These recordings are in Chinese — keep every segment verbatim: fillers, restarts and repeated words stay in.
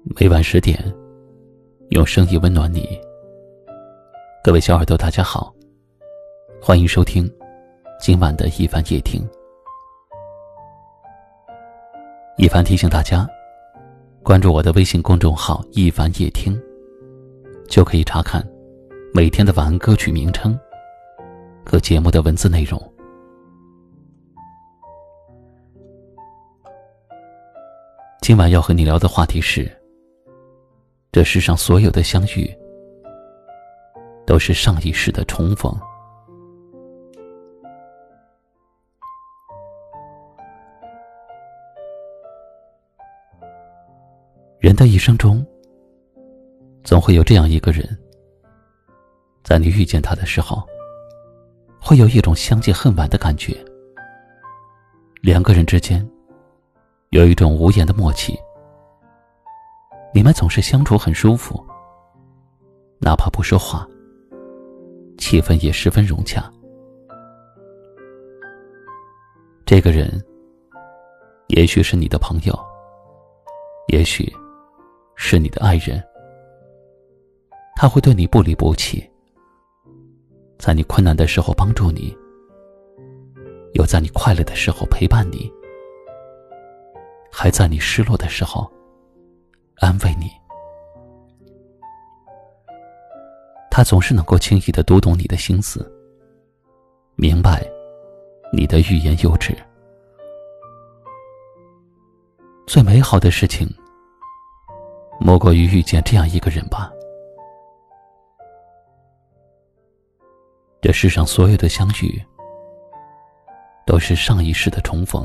每晚十点，用声音温暖你。各位小耳朵大家好，欢迎收听今晚的一凡夜听。一凡提醒大家，关注我的微信公众号一凡夜听，就可以查看每天的晚安歌曲名称和节目的文字内容。今晚要和你聊的话题是，这世上所有的相遇都是上一世的重逢。人的一生中，总会有这样一个人，在你遇见他的时候，会有一种相见恨晚的感觉。两个人之间有一种无言的默契，你们总是相处很舒服，哪怕不说话，气氛也十分融洽。这个人也许是你的朋友，也许是你的爱人，他会对你不离不弃，在你困难的时候帮助你，又在你快乐的时候陪伴你，还在你失落的时候安慰你。他总是能够轻易地读懂你的心思，明白你的欲言又止。最美好的事情莫过于遇见这样一个人吧。这世上所有的相遇都是上一世的重逢，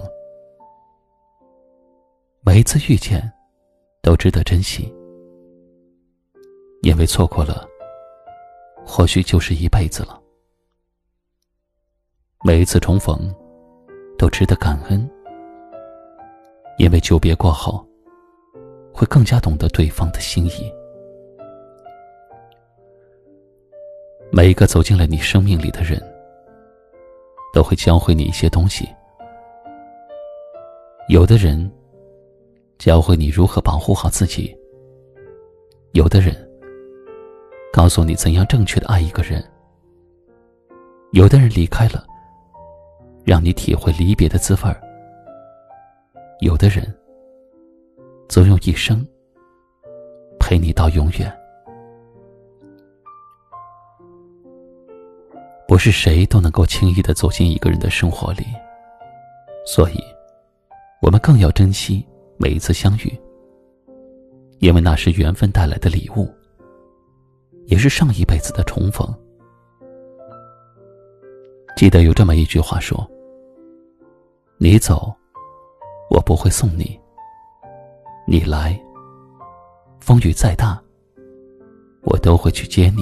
每一次遇见都值得珍惜，因为错过了或许就是一辈子了。每一次重逢都值得感恩，因为久别过后会更加懂得对方的心意。每一个走进了你生命里的人都会教会你一些东西，有的人教会你如何保护好自己，有的人告诉你怎样正确的爱一个人，有的人离开了让你体会离别的滋味儿，有的人则用一生陪你到永远。不是谁都能够轻易地走进一个人的生活里，所以我们更要珍惜每一次相遇，因为那是缘分带来的礼物，也是上一辈子的重逢。记得有这么一句话说，你走我不会送你，你来风雨再大我都会去接你。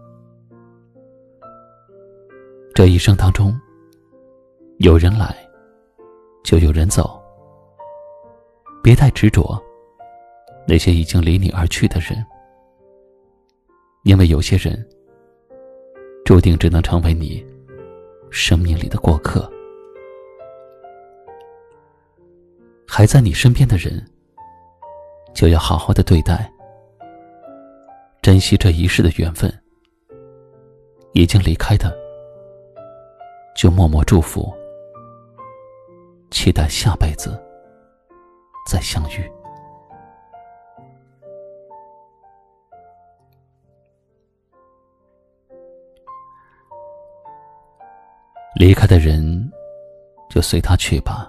这一生当中，有人来就有人走，别太执着那些已经离你而去的人，因为有些人注定只能成为你生命里的过客。还在你身边的人就要好好的对待，珍惜这一世的缘分，已经离开的就默默祝福，期待下辈子再相遇。离开的人就随他去吧。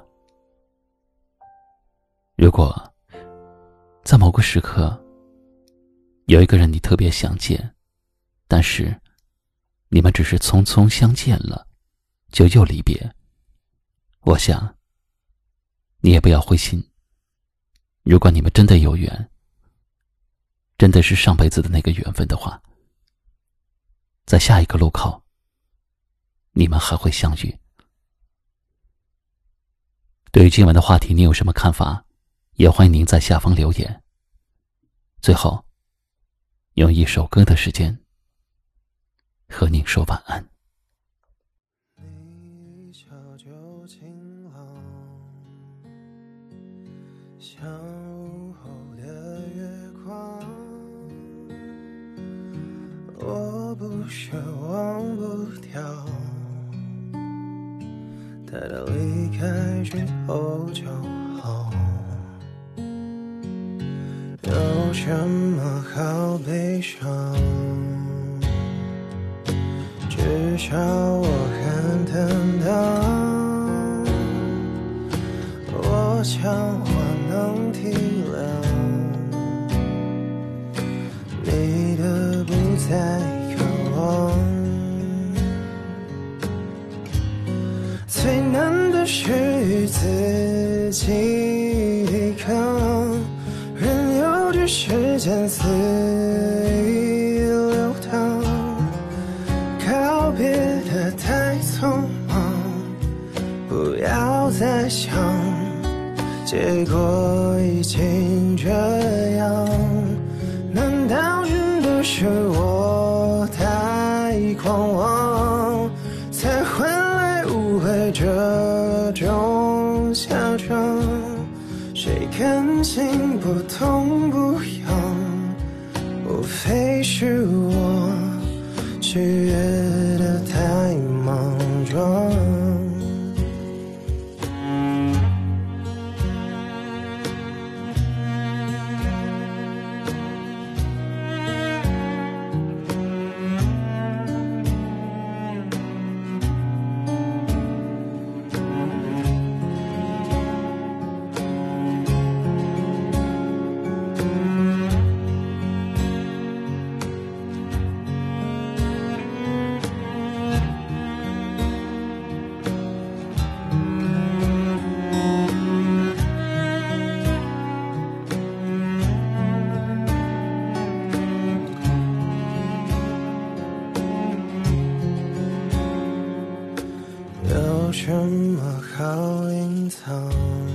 如果在某个时刻有一个人你特别想见，但是你们只是匆匆相见了就又离别，我想你也不要灰心。如果你们真的有缘，真的是上辈子的那个缘分的话，在下一个路口你们还会相遇。对于今晚的话题你有什么看法，也欢迎您在下方留言。最后用一首歌的时间和您说晚安。 你依旧就晴朗，像午后的月光， 不是忘不掉，待他离开之后就好。有什么好悲伤？至少我看得到，我想我能体谅你的不再渴望。最难的是自己抵抗，任由这时间肆意流淌。告别的太匆忙，不要再想，结果已经这样。难道真的是我太狂妄，才换来误会这种下场？谁感情不痛不痒，无非是我取悦的太莽撞。有什么好隐藏？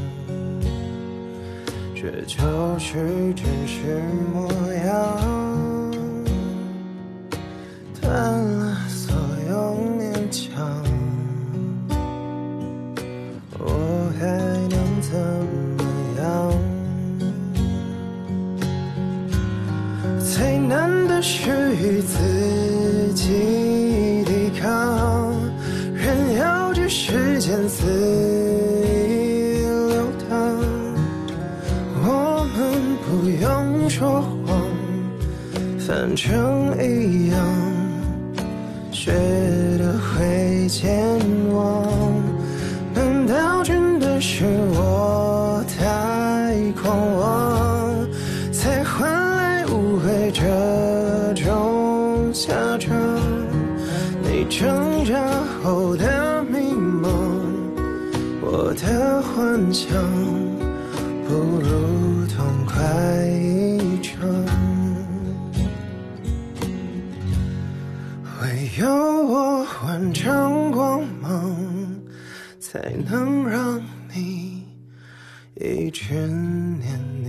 这就是真实模样。断了所有勉强，我还能怎么样？最难的是与自己抵抗，任由这时间肆意流淌。我们不用说谎，反正一样，学得会健忘。难道真的是我太狂妄，才换来误会这种下场？你挣扎后的迷茫，我的幻想，不如痛快一场。唯有我万丈光芒，才能让你一直念